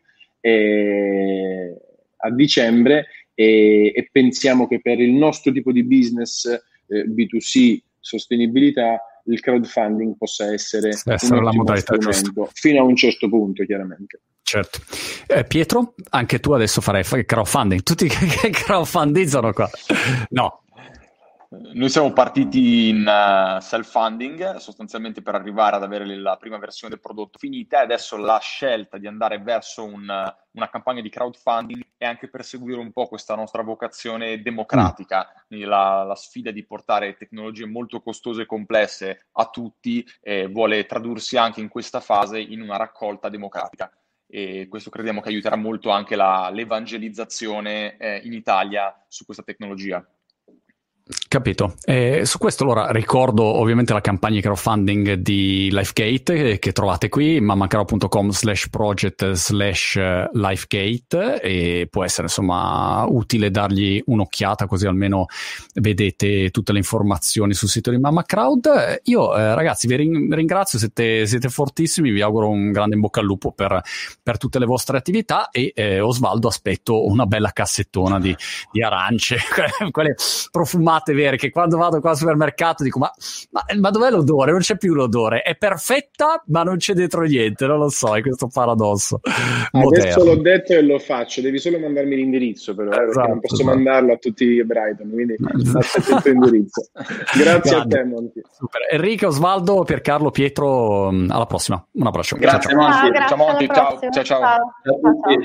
[SPEAKER 2] a dicembre e pensiamo che per il nostro tipo di business B2C sostenibilità il crowdfunding possa essere un ottimo strumento fino a un certo punto, chiaramente.
[SPEAKER 1] Certo. Pietro, anche tu adesso farai crowdfunding. Tutti che crowdfundizzano qua. No.
[SPEAKER 5] Noi siamo partiti in self-funding, sostanzialmente per arrivare ad avere la prima versione del prodotto finita, e adesso la scelta di andare verso una campagna di crowdfunding è anche per seguire un po' questa nostra vocazione democratica, quindi la sfida di portare tecnologie molto costose e complesse a tutti vuole tradursi anche in questa fase in una raccolta democratica. E questo crediamo che aiuterà molto anche l'evangelizzazione in Italia su questa tecnologia.
[SPEAKER 1] Capito. Su questo allora ricordo ovviamente la campagna di crowdfunding di Lifegate che trovate qui, mammacrowd.com/project/Lifegate, e può essere insomma utile dargli un'occhiata, così almeno vedete tutte le informazioni sul sito di Mammacrowd. Io ragazzi vi ringrazio, siete fortissimi, vi auguro un grande in bocca al lupo per tutte le vostre attività e Osvaldo aspetto una bella cassettona di arance, quelle profumate vere, che quando vado qua al supermercato dico ma dov'è l'odore? Non c'è più l'odore, è perfetta ma non c'è dentro niente, non lo so, è questo paradosso moderno.
[SPEAKER 2] Adesso l'ho detto e lo faccio, devi solo mandarmi l'indirizzo però, perché non posso mandarlo a tutti i Brighton, quindi aspetto il tuo indirizzo. Grazie a te, Monti.
[SPEAKER 1] Super. Enrico, Osvaldo, Piercarlo, Pietro, alla prossima, un abbraccio.
[SPEAKER 5] Grazie,
[SPEAKER 1] ciao.
[SPEAKER 5] Monti. Ciao Monti, ciao.